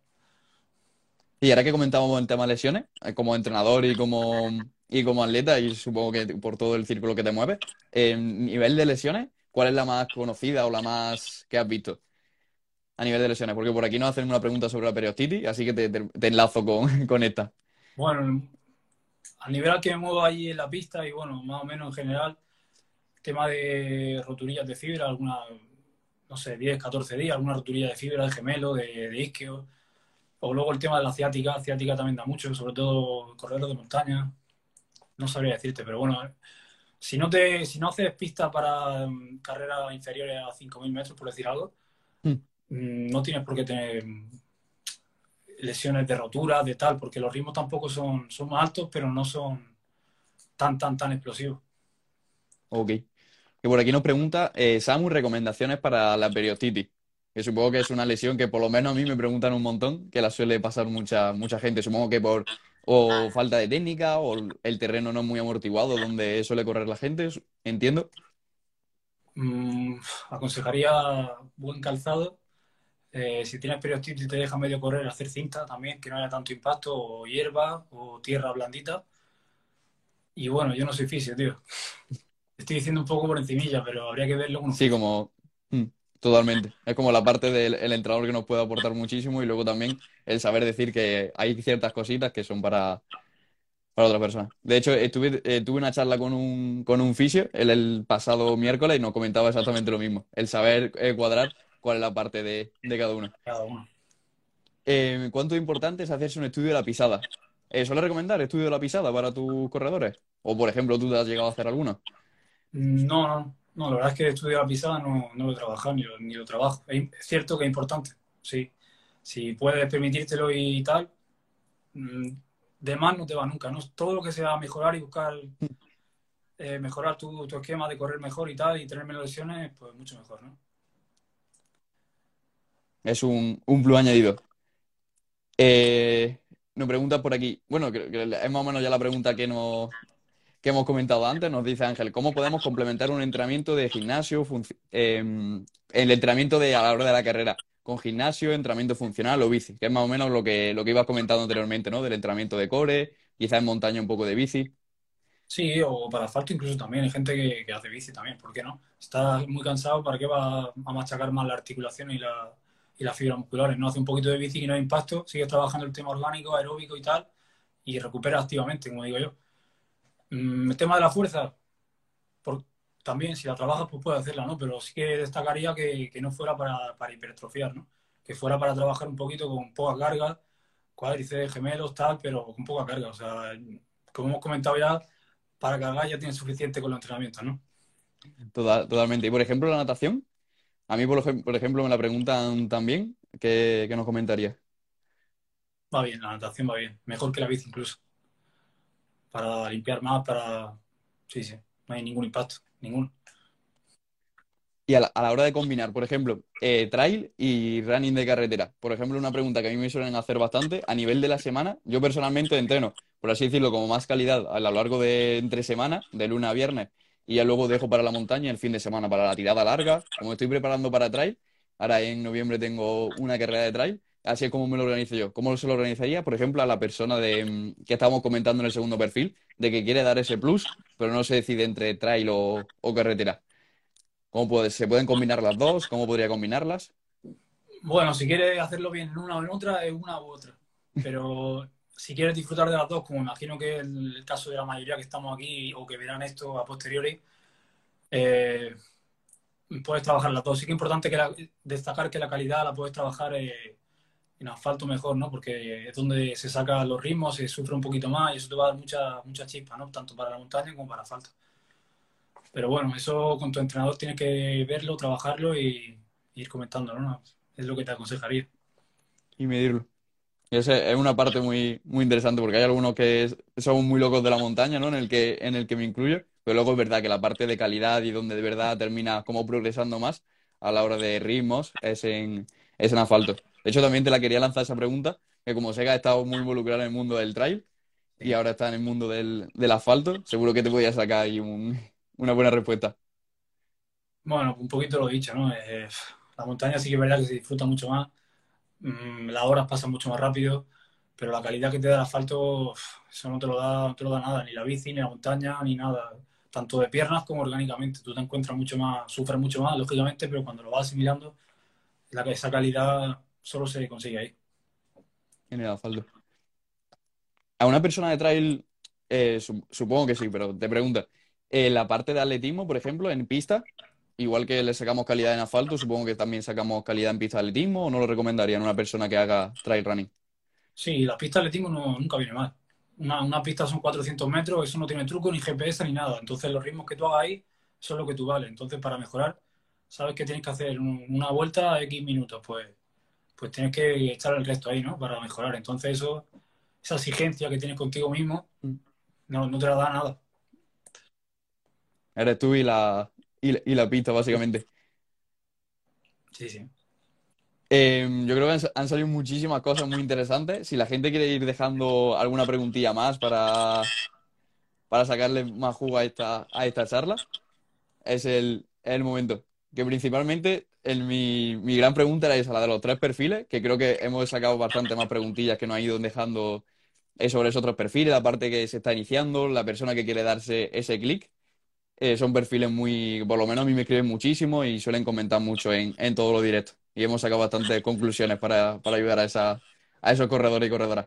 Y ahora que comentábamos el tema de lesiones, como entrenador y como atleta, y supongo que por todo el círculo que te mueves, nivel de lesiones, ¿cuál es la más conocida o la más que has visto a nivel de lesiones? Porque por aquí nos hacen una pregunta sobre la periostitis, así que te enlazo con esta. Bueno, a nivel al que me muevo ahí en la pista y bueno, más o menos en general, tema de roturillas de fibra, alguna, no sé, 10 14 días, alguna roturilla de fibra, de gemelo, de isquio. O luego el tema de la ciática también da mucho, sobre todo corredores de montaña. No sabría decirte, pero bueno, si no haces pista para carreras inferiores a 5.000 metros, por decir algo, Mm. no tienes por qué tener lesiones de rotura, de tal, porque los ritmos tampoco son más altos, pero no son tan explosivos. Ok. Que por aquí nos pregunta, Samu, recomendaciones para la periostitis. Que supongo que es una lesión que por lo menos a mí me preguntan un montón, que la suele pasar mucha gente. Supongo que por o falta de técnica o el terreno no es muy amortiguado donde suele correr la gente, entiendo. Mm, aconsejaría buen calzado. Si tienes periostitis y te deja medio correr, hacer cinta también, que no haya tanto impacto, o hierba, o tierra blandita. Y bueno, yo no soy fisio, tío. Estoy diciendo un poco por encimilla, pero habría que verlo con un Sí, fisio. como mm, totalmente. Es como la parte del el entrenador que nos puede aportar muchísimo y luego también el saber decir que hay ciertas cositas que son para otra persona. De hecho, tuve una charla con un fisio el pasado miércoles y nos comentaba exactamente lo mismo. El saber cuadrar cuál es la parte de cada uno. Cada uno. ¿Cuánto importante es hacerse un estudio de la pisada? ¿Suele recomendar estudio de la pisada para tus corredores? O, por ejemplo, tú te has llegado a hacer alguno. No, la verdad es que estudio la pisada no lo he trabajado ni lo trabajo. Es cierto que es importante, sí. Si puedes permitírtelo y tal, mm, de más no te va nunca, ¿no? Todo lo que sea mejorar y buscar mejorar tu esquema de correr mejor y tal y tener menos lesiones, pues mucho mejor, ¿no? Es un plus añadido. Nos pregunta por aquí, bueno, que es más o menos ya la pregunta que hemos comentado antes, nos dice Ángel, ¿cómo podemos complementar un entrenamiento de gimnasio, el entrenamiento a la hora de la carrera, con gimnasio, entrenamiento funcional o bici? Que es más o menos lo que ibas comentando anteriormente, ¿no? Del entrenamiento de core, quizás en montaña un poco de bici. Sí, o para asfalto incluso también. Hay gente que hace bici también, ¿por qué no? Estás muy cansado, ¿para qué va a machacar más la articulación y las fibras musculares? No hace un poquito de bici y no hay impacto, sigues trabajando el tema orgánico, aeróbico y tal, y recuperas activamente, como digo yo. El tema de la fuerza, por- también si la trabajas, pues puedes hacerla, ¿no? Pero sí que destacaría que no fuera para hipertrofiar, ¿no? Que fuera para trabajar un poquito con poca carga, cuádriceps, gemelos, tal, pero con poca carga. O sea, como hemos comentado ya, para cargar ya tienes suficiente con los entrenamientos, ¿no? Totalmente. Y por ejemplo, la natación, a mí por ejemplo me la preguntan también, ¿qué nos comentaría? Va bien, la natación va bien. Mejor que la bici incluso. Para limpiar más, para... Sí, sí, no hay ningún impacto, ninguno. Y a la hora de combinar, por ejemplo, trail y running de carretera. Por ejemplo, una pregunta que a mí me suelen hacer bastante, a nivel de la semana, yo personalmente entreno, por así decirlo, como más calidad a lo largo de entre semana, de lunes a viernes, y ya luego dejo para la montaña el fin de semana para la tirada larga. Como estoy preparando para trail, ahora en noviembre tengo una carrera de trail, así es como me lo organizo yo. ¿Cómo se lo organizaría? Por ejemplo, a la persona que estábamos comentando en el segundo perfil, de que quiere dar ese plus, pero no se decide entre trail o carretera. ¿Se pueden combinar las dos? ¿Cómo podría combinarlas? Bueno, si quieres hacerlo bien en una o en otra, es una u otra. Pero si quieres disfrutar de las dos, como imagino que es el caso de la mayoría que estamos aquí o que verán esto a posteriori, eh, puedes trabajar las dos. Sí que es importante destacar que la calidad la puedes trabajar en asfalto mejor, ¿no? Porque es donde se sacan los ritmos, se sufre un poquito más y eso te va a dar mucha chispa, ¿no? Tanto para la montaña como para asfalto. Pero bueno, eso con tu entrenador tienes que verlo, trabajarlo y ir comentándolo, ¿no? Es lo que te aconsejaría. Y medirlo. Y esa es una parte muy, muy interesante porque hay algunos que somos muy locos de la montaña, ¿no? En el que me incluyo. Pero luego es verdad que la parte de calidad y donde de verdad termina como progresando más a la hora de ritmos es en asfalto. De hecho, también te la quería lanzar esa pregunta, que como sé que has estado muy involucrado en el mundo del trail y Sí. ahora estás en el mundo del asfalto, seguro que te podía sacar ahí una buena respuesta. Bueno, un poquito lo he dicho, ¿no? La montaña sí que es verdad que se disfruta mucho más, las horas pasan mucho más rápido, pero la calidad que te da el asfalto, eso no te lo da nada, ni la bici, ni la montaña, ni nada. Tanto de piernas como orgánicamente. Tú te encuentras mucho más, sufres mucho más, lógicamente, pero cuando lo vas asimilando, esa calidad solo se consigue ahí. En el asfalto. A una persona de trail, supongo que sí, pero te pregunto, la parte de atletismo, por ejemplo, en pista, igual que le sacamos calidad en asfalto, supongo que también sacamos calidad en pista de atletismo, ¿o no lo recomendarían a una persona que haga trail running? Sí, las pistas de atletismo nunca viene mal. Una pista son 400 metros, eso no tiene truco, ni GPS, ni nada. Entonces, los ritmos que tú hagas ahí son lo que tú vales. Entonces, para mejorar, sabes que tienes que hacer una vuelta a X minutos, pues tienes que echar el resto ahí, ¿no? Para mejorar. Entonces, esa exigencia que tienes contigo mismo, Mm. no te la da nada. Eres tú y la pista, básicamente. Sí, sí. Yo creo que han salido muchísimas cosas muy interesantes. Si la gente quiere ir dejando alguna preguntilla más para sacarle más jugo a esta charla, es el momento. Que principalmente mi gran pregunta era esa, la de los tres perfiles, que creo que hemos sacado bastante más preguntillas que nos han ido dejando sobre esos otros perfiles, la parte que se está iniciando, la persona que quiere darse ese clic. Son perfiles muy, por lo menos a mí me escriben muchísimo y suelen comentar mucho en todos los directos. Y hemos sacado bastantes conclusiones para ayudar a esos corredores y corredoras.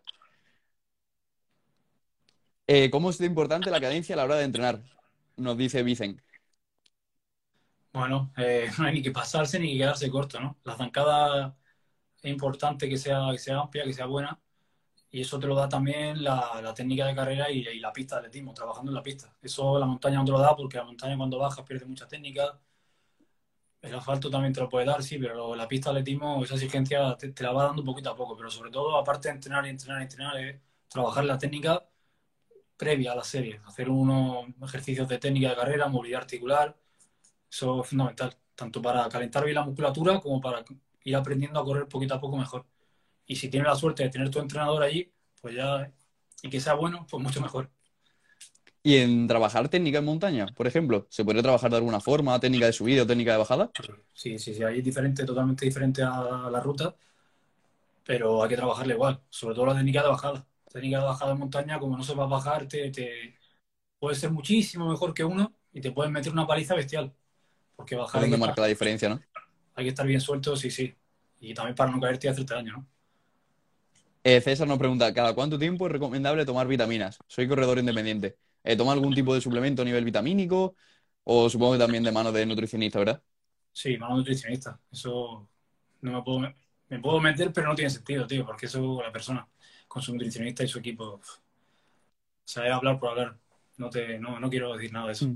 ¿Cómo es de importante la cadencia a la hora de entrenar? Nos dice Vicen. Bueno, no hay ni que pasarse ni que quedarse corto, ¿no? La zancada es importante que sea amplia, que sea buena. Y eso te lo da también la técnica de carrera y la pista de atletismo, trabajando en la pista. Eso la montaña no te lo da porque la montaña cuando bajas pierde mucha técnica. El asfalto también te lo puede dar, sí, pero la pista de atletismo, esa exigencia te la va dando poquito a poco. Pero sobre todo, aparte de entrenar y entrenar y entrenar, es trabajar la técnica previa a la serie. Hacer unos ejercicios de técnica de carrera, movilidad articular. Eso es fundamental, tanto para calentar bien la musculatura como para ir aprendiendo a correr poquito a poco mejor. Y si tienes la suerte de tener tu entrenador allí, pues ya, y que sea bueno, pues mucho mejor. Y en trabajar técnica en montaña, por ejemplo, ¿se podría trabajar de alguna forma, técnica de subida o técnica de bajada? Sí, sí, sí, ahí es diferente, totalmente diferente a la ruta, pero hay que trabajarla igual, sobre todo la técnica de bajada. Técnica de bajada en montaña, como no sepas bajar, puede ser muchísimo mejor que uno y te pueden meter una paliza bestial, porque Es bajar donde marca la diferencia, ¿no? hay que estar bien suelto, sí, sí. Y también para no caerte y hacerte daño, ¿no? César nos pregunta, ¿cada cuánto tiempo es recomendable tomar vitaminas? Soy corredor independiente. ¿Toma algún tipo de suplemento a nivel vitamínico? O supongo que también de mano de nutricionista, ¿verdad? Sí, mano nutricionista. Eso no me puedo meter, pero no tiene sentido, tío, porque eso la persona con su nutricionista y su equipo, sabe hablar por hablar. No quiero decir nada de eso. Mm.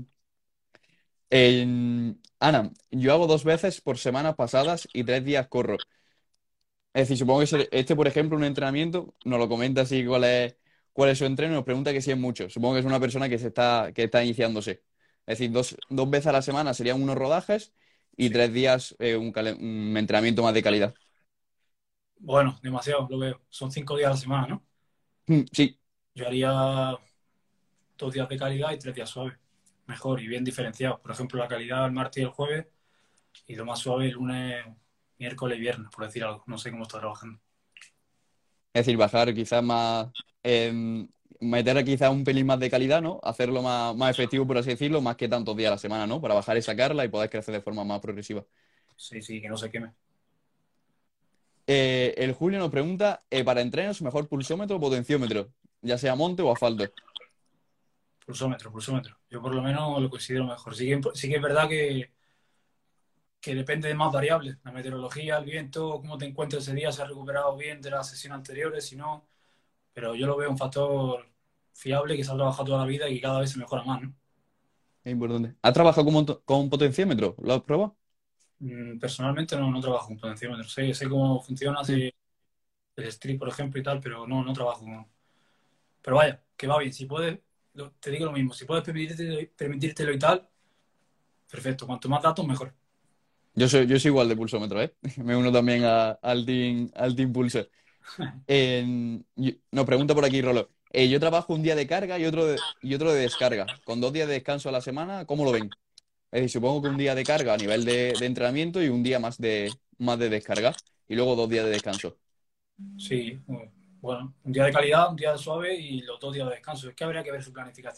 Ana, yo hago 2 veces por semana pasadas y 3 días corro. Es decir, supongo que este, por ejemplo, un entrenamiento, nos lo comenta así cuál es su entreno y nos pregunta que si es mucho. Supongo que es una persona que está iniciándose. Es decir, dos veces a la semana serían unos rodajes y Sí. 3 días un entrenamiento más de calidad. Bueno, demasiado, lo veo. Son 5 días a la semana, ¿no? Sí, Yo haría 2 días de calidad y 3 días suaves. Mejor y bien diferenciados. Por ejemplo, la calidad el martes y el jueves y lo más suave el lunes, miércoles y viernes, por decir algo. No sé cómo está trabajando. es decir, bajar quizás más, meter quizás un pelín más de calidad, ¿no? Hacerlo más efectivo, por así decirlo, más que tantos días a la semana, ¿no? Para bajar y sacarla y poder crecer de forma más progresiva. Sí, sí, que no se queme. El Julio nos pregunta, para entrenos, mejor pulsómetro o potenciómetro, ya sea monte o asfalto. Pulsómetro, pulsómetro. Yo por lo menos lo considero mejor. Sí que es verdad que depende de más variables. La meteorología, el viento, cómo te encuentres ese día, si has recuperado bien de las sesiones anteriores, si no. Pero yo lo veo un factor fiable que se ha trabajado toda la vida y que cada vez se mejora más, ¿no? Es importante. ¿Has trabajado con potenciómetro? ¿Lo has probado? Personalmente no trabajo con potenciómetro. Sé cómo funciona, Mm. el street, por ejemplo, y tal, pero no trabajo. Pero vaya, que va bien. Si puedes, te digo lo mismo, si puedes permitírtelo y tal, perfecto. Cuanto más datos, mejor. Yo soy igual de pulsómetro, ¿eh? Me uno también al team Pulse. Nos pregunta por aquí, Rolo. Yo trabajo un día de carga y otro de descarga. Con 2 días de descanso a la semana, ¿cómo lo ven? Es decir, supongo que un día de carga a nivel de entrenamiento y un día más de descarga. Y luego 2 días de descanso. Sí, bueno, un día de calidad, un día de suave y los 2 días de descanso. Es que habría que ver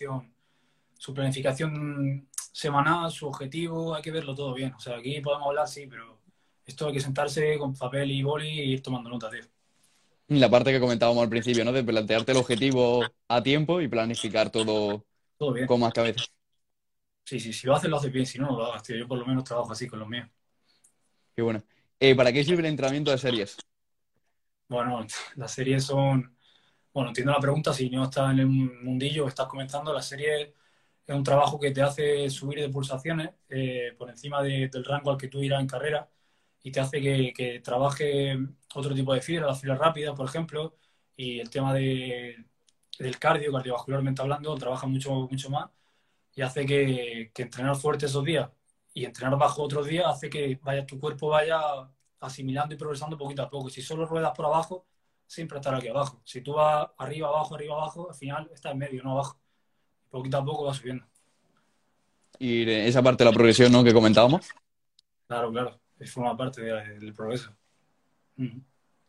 su planificación semanal, su objetivo, hay que verlo todo bien. O sea, aquí podemos hablar, sí, pero esto hay que sentarse con papel y boli y ir tomando notas, tío. La parte que comentábamos al principio, ¿no? De plantearte el objetivo a tiempo y planificar todo Todo bien. con más cabeza. Sí, sí, si lo haces bien, si no, no lo hagas, tío. Yo por lo menos trabajo así con los míos. Qué bueno. ¿Para qué sirve el entrenamiento de series? Bueno, las series son... Bueno, entiendo la pregunta, si no estás en el mundillo, estás comenzando, la serie es un trabajo que te hace subir de pulsaciones por encima del rango al que tú irás en carrera y te hace que trabaje otro tipo de fibra, las fibras rápidas, por ejemplo, y el tema del cardiovascularmente hablando, trabaja mucho, mucho más y hace que entrenar fuerte esos días y entrenar bajo otros días hace que tu cuerpo vaya asimilando y progresando poquito a poco. Y si solo ruedas por abajo, siempre estará aquí abajo. Si tú vas arriba, abajo, al final estás en medio, no abajo. Poquito a poco vas subiendo. Y esa parte de la progresión, ¿no? Que comentábamos. Claro, claro. Es forma parte del progreso. Mm.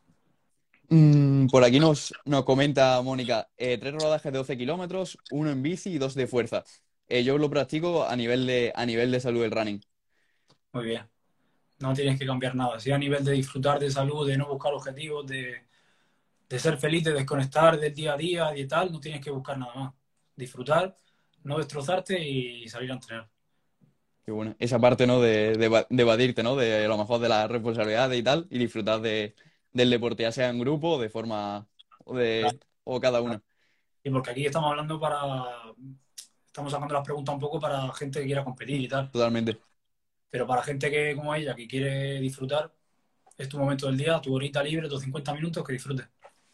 Por aquí nos comenta Mónica, 3 rodajes de 12 kilómetros, uno en bici y dos de fuerza. Yo lo practico a nivel de salud del running. Muy bien. No tienes que cambiar nada. Si a nivel de disfrutar de salud, de no buscar objetivos, de ser feliz, de desconectar del día a día y tal, no tienes que buscar nada más. Disfrutar, no destrozarte y salir a entrenar. Qué bueno. Esa parte, ¿no? De evadirte, ¿no? De a lo mejor de las responsabilidades y tal, y disfrutar del deporte, ya sea en grupo o de forma, o cada uno. Y porque aquí estamos hablando estamos sacando las preguntas un poco para gente que quiera competir y tal. Totalmente. Pero para gente que, como ella, que quiere disfrutar, es tu momento del día, tu horita libre, tus 50 minutos, que disfrutes.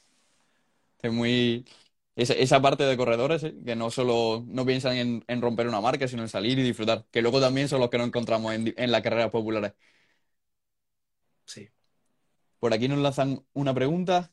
Es muy... Esa parte de corredores, que no solo no piensan en romper una marca, sino en salir y disfrutar. Que luego también son los que no encontramos en las carreras populares. Sí. Por aquí nos lanzan una pregunta.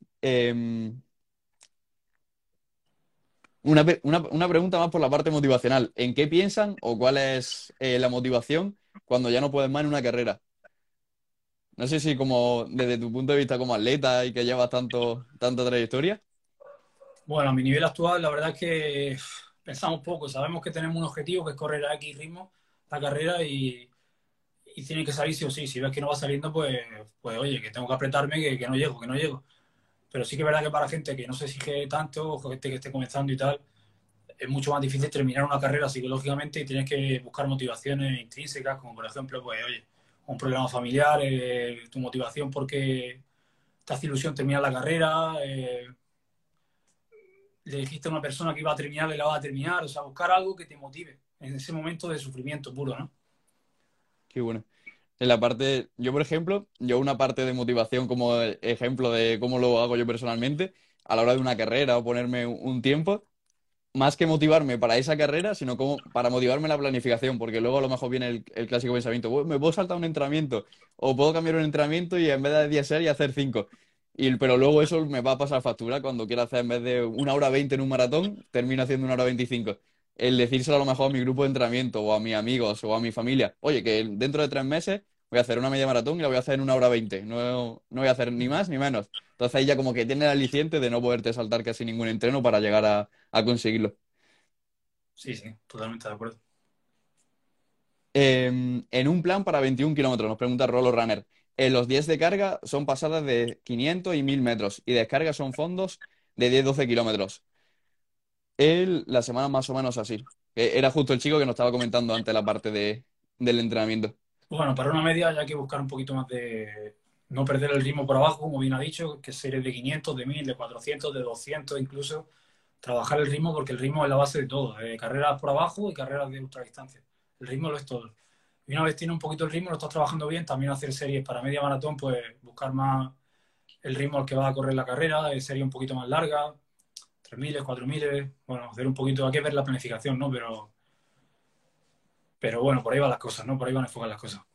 Una pregunta más por la parte motivacional. ¿En qué piensan o cuál es la motivación cuando ya no pueden más en una carrera? No sé si como desde tu punto de vista como atleta y que llevas tanta trayectoria. Bueno, a mi nivel actual, la verdad es que pensamos poco. Sabemos que tenemos un objetivo que es correr a X ritmo la carrera y tiene que salir sí o sí. Si ves que no va saliendo, pues oye, que tengo que apretarme, que no llego, que no llego. Pero sí que es verdad que para gente que no se exige tanto, o gente que esté comenzando y tal, es mucho más difícil terminar una carrera psicológicamente y tienes que buscar motivaciones intrínsecas, como por ejemplo, pues oye, un problema familiar, tu motivación porque te hace ilusión terminar la carrera, le dijiste a una persona que iba a terminar y la va a terminar, o sea, buscar algo que te motive en ese momento de sufrimiento puro, ¿no? Qué bueno. En la parte, yo por ejemplo, yo una parte de motivación como ejemplo de cómo lo hago yo personalmente, a la hora de una carrera o ponerme un tiempo, más que motivarme para esa carrera, sino como para motivarme la planificación, porque luego a lo mejor viene el clásico pensamiento: "Bueno, me puedo saltar un entrenamiento o puedo cambiar un entrenamiento y en vez de 10 ser y hacer 5". Pero luego eso me va a pasar factura cuando quiera hacer en vez de 1 hora 20 en un maratón, termino haciendo 1 hora 25. El decírselo a lo mejor a mi grupo de entrenamiento o a mis amigos o a mi familia: oye, que dentro de 3 meses voy a hacer una media maratón y la voy a hacer en 1 hora 20. No, no voy a hacer ni más ni menos. Entonces ahí ya como que tiene el aliciente de no poderte saltar casi ningún entreno para llegar a conseguirlo. Sí, sí, totalmente de acuerdo. En un plan para 21 kilómetros, nos pregunta Rolo Runner. Los 10 de carga son pasadas de 500 y 1000 metros y descarga son fondos de 10-12 kilómetros. La semana más o menos así. Era justo el chico que nos estaba comentando antes la parte del entrenamiento. Bueno, para una media ya hay que buscar un poquito más de no perder el ritmo por abajo, como bien ha dicho, que series de 500, de 1000, de 400, de 200 incluso. Trabajar el ritmo porque el ritmo es la base de todo, de carreras por abajo y carreras de ultradistancia. El ritmo lo es todo. Y una vez tiene un poquito el ritmo, lo estás trabajando bien, también hacer series para media maratón, pues buscar más el ritmo al que va a correr la carrera, sería un poquito más larga, 3.000, 4.000, bueno, hacer un poquito, hay que ver la planificación, ¿no? Pero bueno, por ahí van las cosas, ¿no? Por ahí van a enfocar las cosas.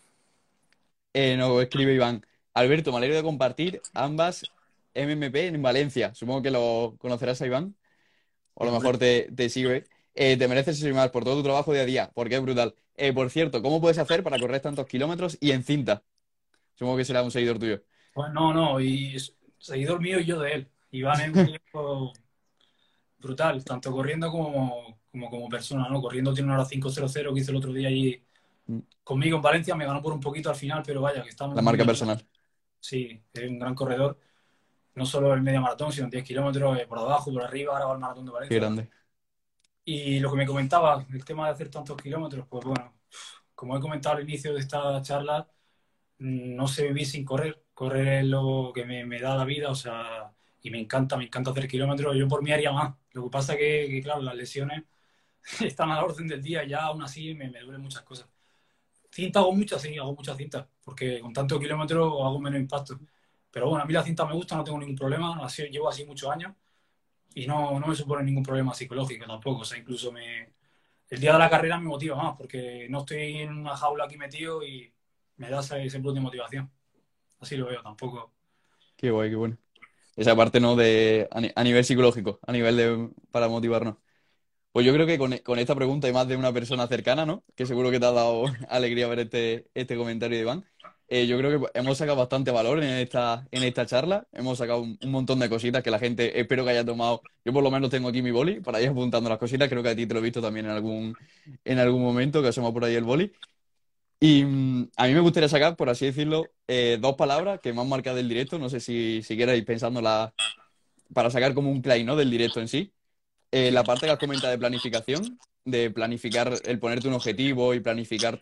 Nos escribe Iván. Alberto, me alegro de compartir ambas MMP en Valencia. Supongo que lo conocerás a Iván, o a Sí, lo hombre. mejor te sigue. Te mereces eso y más por todo tu trabajo día a día, porque es brutal. Por cierto, ¿cómo puedes hacer para correr tantos kilómetros y en cinta? Supongo que será un seguidor tuyo. Pues no, no, y seguidor mío y yo de él. Iván es un tío brutal, tanto corriendo como persona, ¿no? Corriendo tiene una hora 5:00 que hizo el otro día allí Mm. conmigo en Valencia, me ganó por un poquito al final, pero vaya, que estamos La marca muy... personal. Sí, es un gran corredor, no solo el media maratón, sino en 10 kilómetros por abajo, por arriba, ahora va el maratón de Qué Valencia. grande. Y lo que me comentaba, el tema de hacer tantos kilómetros, pues bueno, como he comentado al inicio de esta charla, no sé vivir sin correr. Correr es lo que me da la vida, o sea, y me encanta hacer kilómetros. Yo por mí haría más. Lo que pasa que claro, las lesiones están a la orden del día, ya aún así me duelen muchas cosas. Cinta hago muchas, sí, hago muchas cintas, porque con tantos kilómetros hago menos impacto. Pero bueno, a mí la cinta me gusta, no tengo ningún problema, así, llevo así muchos años y no me supone ningún problema psicológico tampoco. O sea, incluso el día de la carrera me motiva más, porque no estoy en una jaula aquí metido y me da ese plus de motivación. Así lo veo, tampoco. Qué guay, qué bueno. Esa parte, ¿no? A nivel psicológico, a nivel para motivarnos. Pues yo creo que con esta pregunta hay más de una persona cercana, ¿no? Que seguro que te ha dado alegría ver este comentario de Iván. Yo creo que hemos sacado bastante valor en esta charla. Hemos sacado un montón de cositas que la gente espero que haya tomado. Yo por lo menos tengo aquí mi boli para ir apuntando las cositas. Creo que a ti te lo he visto también en algún momento que asoma por ahí el boli. Y a mí me gustaría sacar, por así decirlo, dos palabras que me han marcado del directo. No sé si quieres ir pensándolas para sacar como un claim, ¿no? Del directo en sí. Sí. La parte que has comentado de planificación, de planificar, el ponerte un objetivo y planificar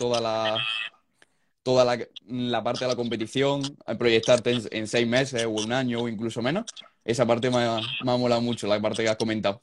toda la parte de la competición, proyectarte en 6 meses o un año o incluso menos, esa parte me ha molado mucho, la parte que has comentado.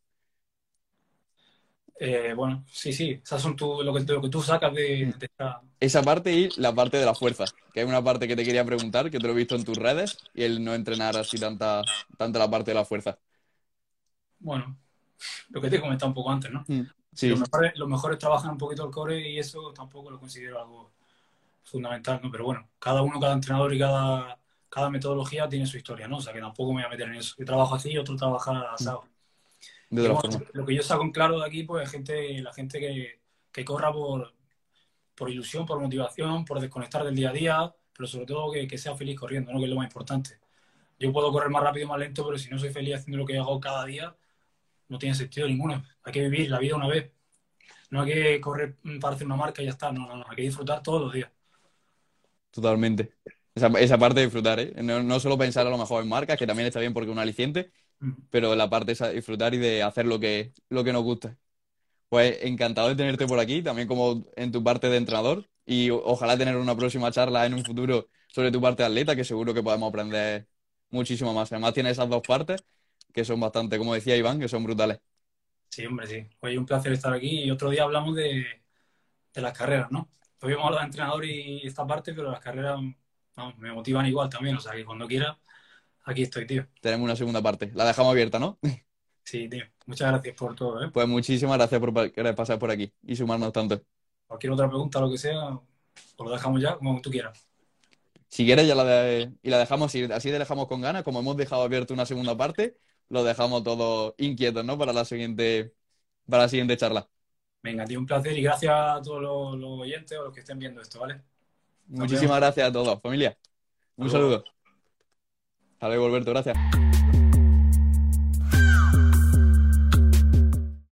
Bueno, sí, sí, esas son lo que tú sacas Mm. de esta... Esa parte y la parte de la fuerza, que es una parte que te quería preguntar, que te lo he visto en tus redes, y el no entrenar así tanta la parte de la fuerza. Bueno, lo que te he comentado un poco antes, ¿no? Mm. Si Sí, los mejores trabajan un poquito el core y eso tampoco lo considero algo fundamental, ¿no? Pero bueno, cada entrenador y cada metodología tiene su historia, ¿no? O sea que tampoco me voy a meter en eso. Yo trabajo así, otro trabaja mm, asado. de Y otra bueno, forma. lo que yo saco en claro de aquí, pues la gente que corra por ilusión, por motivación, por desconectar del día a día, pero sobre todo que sea feliz corriendo, ¿no? Que es lo más importante. Yo puedo correr más rápido, más lento, pero si no soy feliz haciendo lo que hago cada día, no tiene sentido ninguno. Hay que vivir la vida una vez. No hay que correr para hacer una marca y ya está. No, no, no. Hay que disfrutar todos los días. Totalmente. Esa parte de disfrutar, ¿eh? No solo pensar a lo mejor en marcas, que también está bien porque es un aliciente, Mm. pero la parte esa de disfrutar y de hacer lo que nos gusta. Pues encantado de tenerte por aquí, también como en tu parte de entrenador, y ojalá tener una próxima charla en un futuro sobre tu parte de atleta, que seguro que podemos aprender muchísimo más. Además, tiene esas dos partes que son bastante, como decía Iván, que son brutales. Sí, hombre, sí. Oye, un placer estar aquí y otro día hablamos de las carreras, ¿no? Hoy hemos hablado de entrenador y esta parte, pero las carreras, vamos, me motivan igual también. O sea que cuando quiera, aquí estoy, tío. Tenemos una segunda parte. La dejamos abierta, ¿no? Sí, tío. Muchas gracias por todo, ¿eh? Pues muchísimas gracias por querer pasar por aquí y sumarnos tanto. Cualquier otra pregunta, lo que sea, os lo dejamos ya, como tú quieras. Si quieres, y la dejamos, así te dejamos con ganas, como hemos dejado abierto una segunda parte, lo dejamos todos inquietos, ¿no? Para la siguiente charla. Venga, tío, un placer y gracias a todos los oyentes o los que estén viendo esto, ¿vale? Nos vemos. Muchísimas gracias a todos, familia. Hasta Un luego. saludo. Hasta luego, Alberto, gracias.